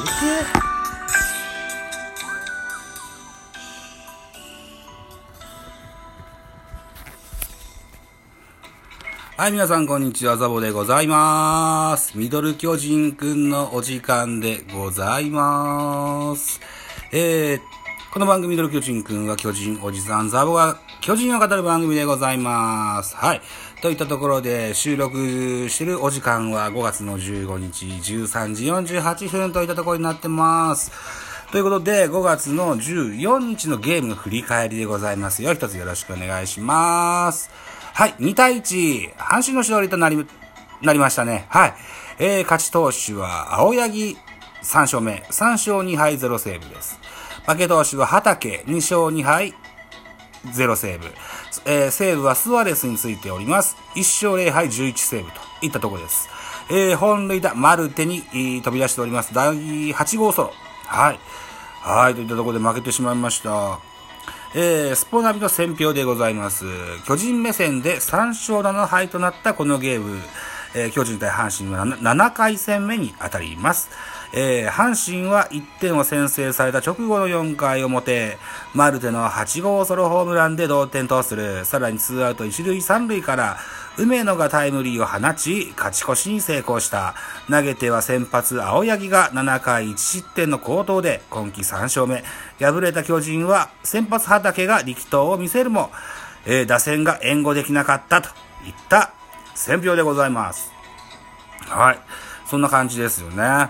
はい、皆さんこんにちは、ザボでございます。ミドル巨人くんのお時間でございます。この番組ミドル巨人くんは巨人おじさんザボが巨人を語る番組でございます。はい。といったところで収録してるお時間は5月の15日13時48分といったところになってます。ということで5月の14日のゲームの振り返りでございますよ。一つよろしくお願いします。はい、2対1、阪神の勝利となりましたね。はい。勝ち投手は青柳3勝目、3勝2敗0セーブです。負け投手は畠2勝2敗0セーブ。セーブはスアレスについております。1勝0敗11セーブといったところです。本塁打マルテに飛び出しております。第8号ソロ。はい。はい、といったところで負けてしまいました。スポナビの選評でございます。巨人目線で3勝7敗となったこのゲーム、巨人対阪神は 7回戦目に当たります。阪神は1点を先制された直後の4回表、マルテの8号ソロホームランで同点とする。さらに2アウト1塁3塁から梅野がタイムリーを放ち、勝ち越しに成功した。投げては先発青柳が7回1失点の好投で今季3勝目。敗れた巨人は先発畠が力投を見せるも、打線が援護できなかったといった選評でございます。はい。そんな感じですよね。はい。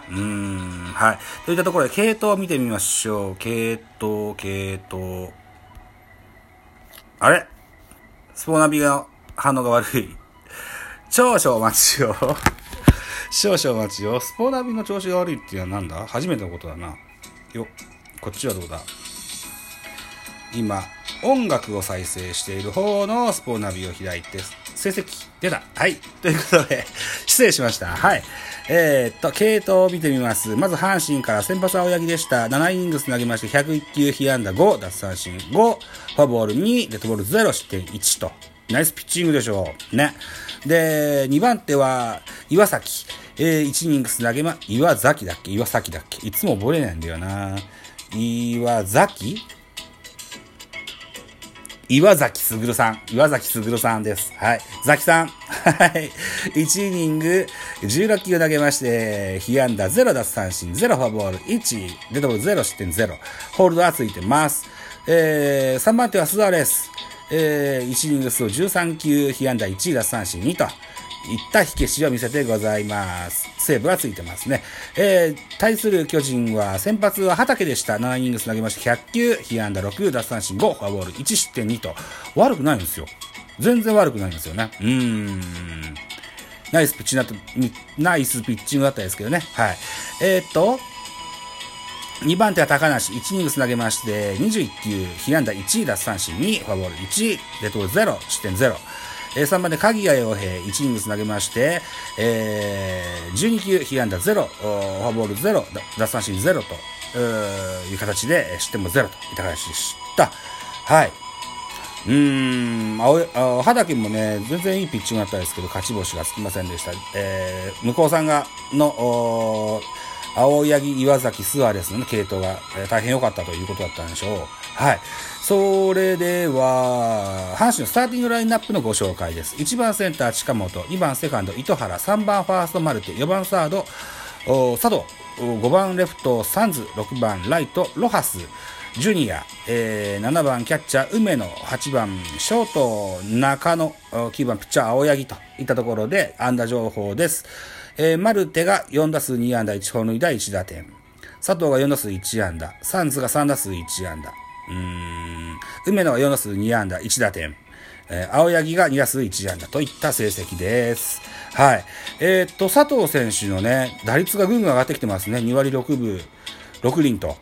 といったところで、系統を見てみましょう。系統。あれスポナビが反応が悪い。少々お待ちを。少々お待ちを。スポナビの調子が悪いっていうのはなんだ？初めてのことだな。よ、こっちはどうだ？今、音楽を再生している方のスポナビを開いて、成績出た。はい。ということで、失礼しました。はい。系統を見てみます。まず阪神から先発青柳でした。7イニングス投げまして101球被安打5、奪三振5、フォアボール2、デッドボール0、失点1と。ナイスピッチングでしょう。ね。で、2番手は岩崎。1イニングス投げ岩崎だっけいつも覚えれないんだよな。岩崎卓さんです。はい。ザキさん。はい。1イニング16球投げまして、被安打0奪三振0フォアボール1、デッドボール0失点0。ホールドはついてます。3番手はスアレス。1イニング数13球、被安打1奪三振2と。いった火消しを見せてございます。セーブがついてますね。対する巨人は先発は畠でした。7イニングス投げまして100球、被安打6、奪三振5、フォアボール1失点2と悪くないんですよ。全然悪くないんですよね。ナイスピッチングだったですけどね。はい。2番手は高梨、1イニングス投げまして21球、被安打1、奪三振2、フォアボール1、デッドボール0、失点0。3番で鍵谷陽平、1イニングス投げまして、12球、被安打0、フォアボール0、奪三振0という形で、失点も0といった形でした。はい。畠もね、全然いいピッチングだったんですけど、勝ち星がつきませんでした。向こうさんがの、青柳、岩崎、スアレスの系統が、大変良かったということだったんでしょう。はい。それでは、阪神のスターティングラインナップのご紹介です。1番センター近本、2番セカンド糸原、3番ファーストマルテ、4番サード佐藤、5番レフトサンズ、6番ライトロハスジュニア、7番キャッチャー梅野、8番ショート中野、9番ピッチャー青柳といったところで安打情報です。マルテが4打数2安打1本塁打1打点、佐藤が4打数1安打、サンズが3打数1安打、梅野が4打数2安打1打点、青柳が2打数1安打といった成績です。はい。佐藤選手のね、打率がぐんぐん上がってきてますね。2割6分6厘と。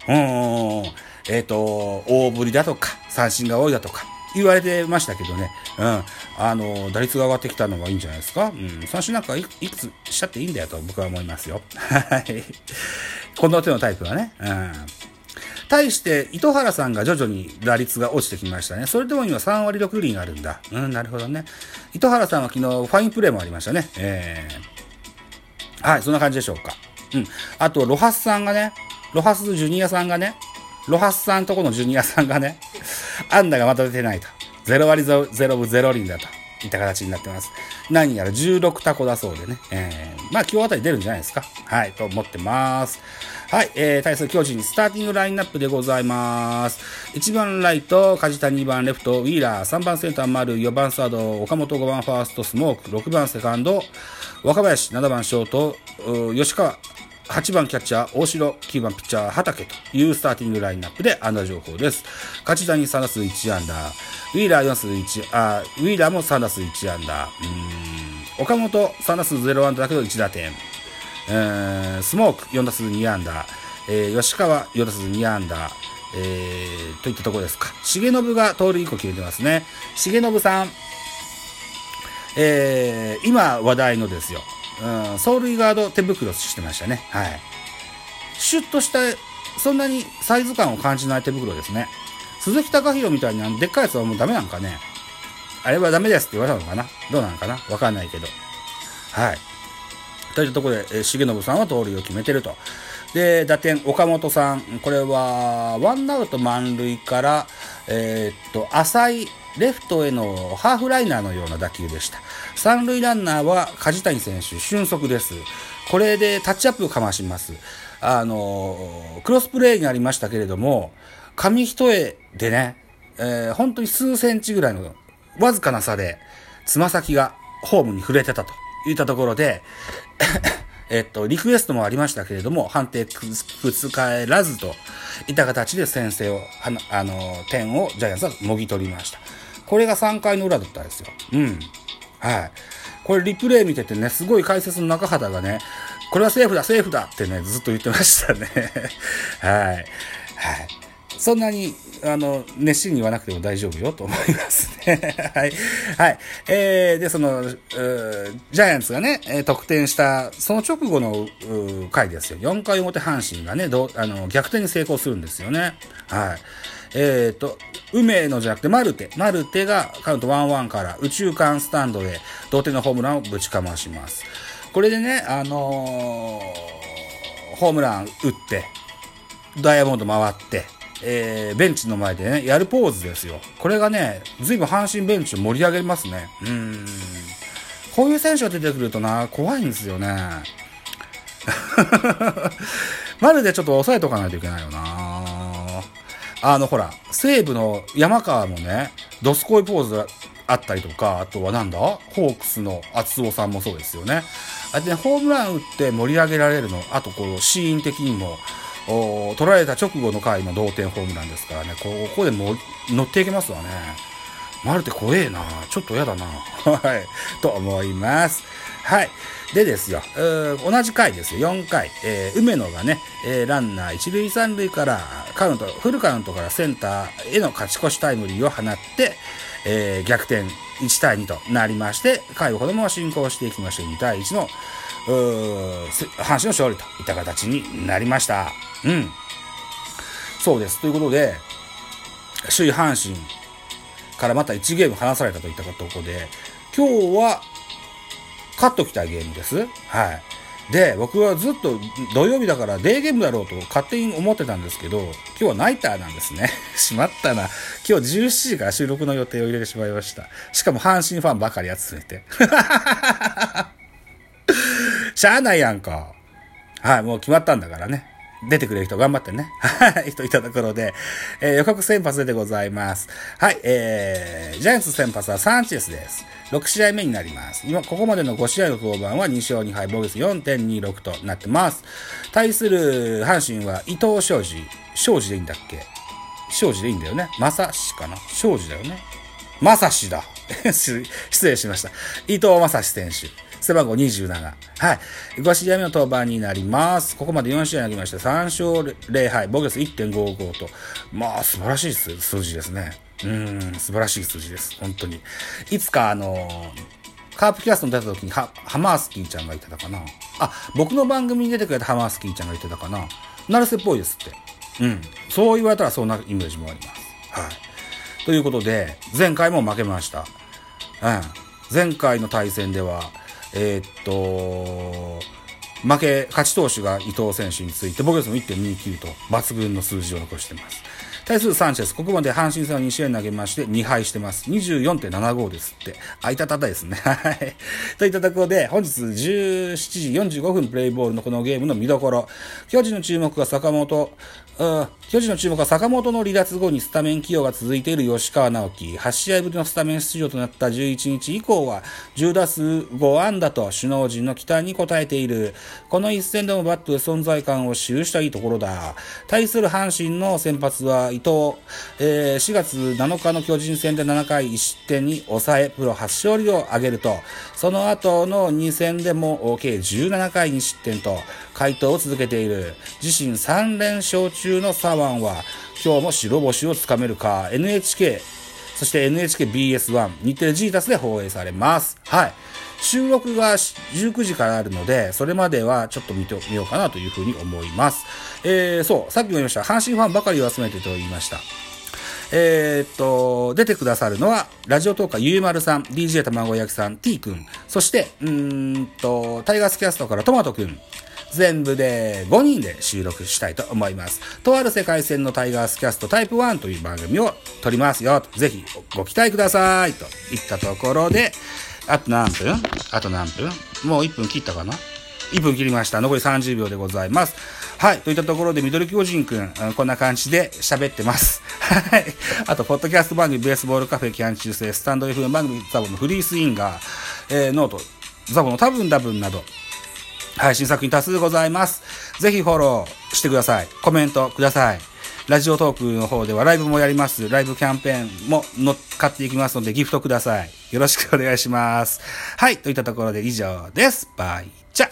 大振りだとか、三振が多いだとか、言われてましたけどね。打率が上がってきたのがいいんじゃないですか。三振なんかいくつしちゃっていいんだよと僕は思いますよ。はい。この手のタイプはね。対して糸原さんが徐々に打率が落ちてきましたね。それでも今3割6厘あるんだ。なるほどね。糸原さんは昨日ファインプレーもありましたね。はい、そんな感じでしょうか。 あと、ロハスさんがね、ロハスジュニアさんがね、ロハスさんとこのジュニアさんがね、アンダがまた出てないと。0割0分0厘だと。いった形になってます。何やら16タコだそうでね。まあ今日あたり出るんじゃないですか。はい、と思ってます。はい、対する巨人、スターティングラインナップでございます。1番ライト、梶谷、2番レフト、ウィーラー、3番センター、丸、4番サード、岡本、5番ファースト、スモーク、6番セカンド、若林、7番ショート、吉川、8番キャッチャー、大城、9番ピッチャー、畠というスターティングラインナップで安打情報です。梶谷3打数1安打、ウィーラー4打数1、ウィーラーも3打数1安打、岡本3打数0安打だけど1打点、スモーク4打数2安打、吉川4打数2安打、といったところですか。重信が盗塁1個決めてますね。重信さん、今話題のですよ。走塁ガード手袋してましたね。はい。シュッとした、そんなにサイズ感を感じない手袋ですね。鈴木貴弘みたいにでっかいやつはもうダメなんかね。あれはダメですって言われたのかな、どうなのかな、わかんないけど。はい。といったところで、重信さんは盗塁を決めてると。で、打点、岡本さん。これは、ワンアウト満塁から、浅いレフトへのハーフライナーのような打球でした。三塁ランナーは梶谷選手、俊足です。これでタッチアップをかまします。クロスプレーになりましたけれども、紙一重でね、本当に数センチぐらいのわずかな差で、つま先がホームに触れてたといったところで、リクエストもありましたけれども、判定覆らずといった形で先制を、点をジャイアンツはもぎ取りました。これが3回の裏だったんですよ。はい。これリプレイ見ててね、すごい解説の中畑がね、これはセーフだ、セーフだってね、ずっと言ってましたね。はい。はい。そんなに、熱心に言わなくても大丈夫よと思いますね。はい。はい。で、ジャイアンツがね、得点した、その直後の回ですよ。4回表阪神がね、逆転に成功するんですよね。はい。梅野じゃなくてマルテがカウント 1-1 から右中間スタンドへ同点のホームランをぶちかまします。これでね、ホームラン打って、ダイヤモンド回って、ベンチの前でね、やるポーズですよ。これがね、ずいぶん阪神ベンチを盛り上げますね。こういう選手が出てくるとな、怖いんですよね。まるでちょっと抑えとかないといけないよな。ほら、西武の山川もね、ドスコイポーズあったりとか、あとはなんだホークスの厚尾さんもそうですよね。あれね、ホームラン打って盛り上げられるの、あとこう、シーン的にも、取られた直後の回の同点ホームランですからね、ここでも乗っていけますわね。まるで怖えな。ちょっと嫌だな。はい。と思います。はい。でですよ、同じ回ですよ、4回。梅野がね、ランナー一塁三塁からフルカウントからセンターへの勝ち越しタイムリーを放って、逆転1対2となりまして、回をこのまま進行していきまして、2対1の、阪神の勝利といった形になりました。そうです。ということで、首位阪神からまた1ゲーム離されたといったところで、今日は勝っときたいゲームです。はい。で、僕はずっと土曜日だからデーゲームだろうと勝手に思ってたんですけど、今日はナイターなんですね。しまったな。今日17時から収録の予定を入れてしまいました。しかも阪神ファンばかり集めて。しゃあないやんか。はい、もう決まったんだからね。出てくれる人頑張ってね。はい、といったところで、予告先発でございます。はい、ジャイアンツ先発はサンチェスです。6試合目になります。今、ここまでの5試合の登板は2勝2敗、防御率 4.26 となってます。対する阪神は伊藤昌司でいいんだっけ？昌司でいいんだよね。正志かな？昌司だよね。正志だ。失礼しました。伊藤正志選手。背番号27。はい。5試合目の登板になります。ここまで4試合投げまして、3勝0敗、防御率 1.55 と。まあ、素晴らしい数字ですね。素晴らしい数字です。本当に。いつかカープキャストに出た時にハマースキーちゃんが言ってたかな。僕の番組に出てくれたハマースキーちゃんが言ってたかな。成瀬っぽいですって。そう言われたらそんなイメージもあります。はい。ということで、前回も負けました。前回の対戦では、 勝ち投手が伊藤選手について、防御率も 1.29 と抜群の数字を残しています。対するサンチェス、ここまで阪神戦は2試合投げまして2敗してます。24.75 ですって。あいたたたですね。はい。といったところで、本日17時45分プレイボールのこのゲームの見どころ。巨人の注目は坂本の離脱後にスタメン起用が続いている吉川直樹。8試合ぶりのスタメン出場となった11日以降は、10打数5安打と首脳陣の期待に応えている。この一戦でもバットで存在感を示したいいところだ。対する阪神の先発は伊藤。4月7日の巨人戦で7回1失点に抑え、プロ初勝利を挙げると、その後の2戦でも計17回2失点と、快投を続けている。自身3連勝中の左腕は、今日も白星をつかめるか。NHK、そして NHKBS1、日テレジータスで放映されます。はい。収録が19時からあるので、それまではちょっと見ようかなというふうに思います。そう、さっきも言いました。阪神ファンばかりを集めてと言いました。出てくださるのは、ラジオトーカーゆうまるさん、DJ 卵焼きさん、T 君、そして、タイガースキャストからトマト君、全部で5人で収録したいと思います。とある世界線のタイガースキャストタイプ1という番組を撮りますよ。ぜひご期待ください。といったところで、あと何分もう1分切ったかな ?1 分切りました。残り30秒でございます。はい。といったところで、ミドル巨人くん、こんな感じで喋ってます。はい。あと、ポッドキャスト番組、ベースボールカフェキャン中世、スタンド FM 番組、ザボのフリースインガー、ノート、ザボの多分多分など、配信作品多数ございます。ぜひフォローしてください。コメントください。ラジオトークの方ではライブもやります。ライブキャンペーンも乗っかっていきますので、ギフトください。よろしくお願いします。はい。といったところで以上です。バイチャ。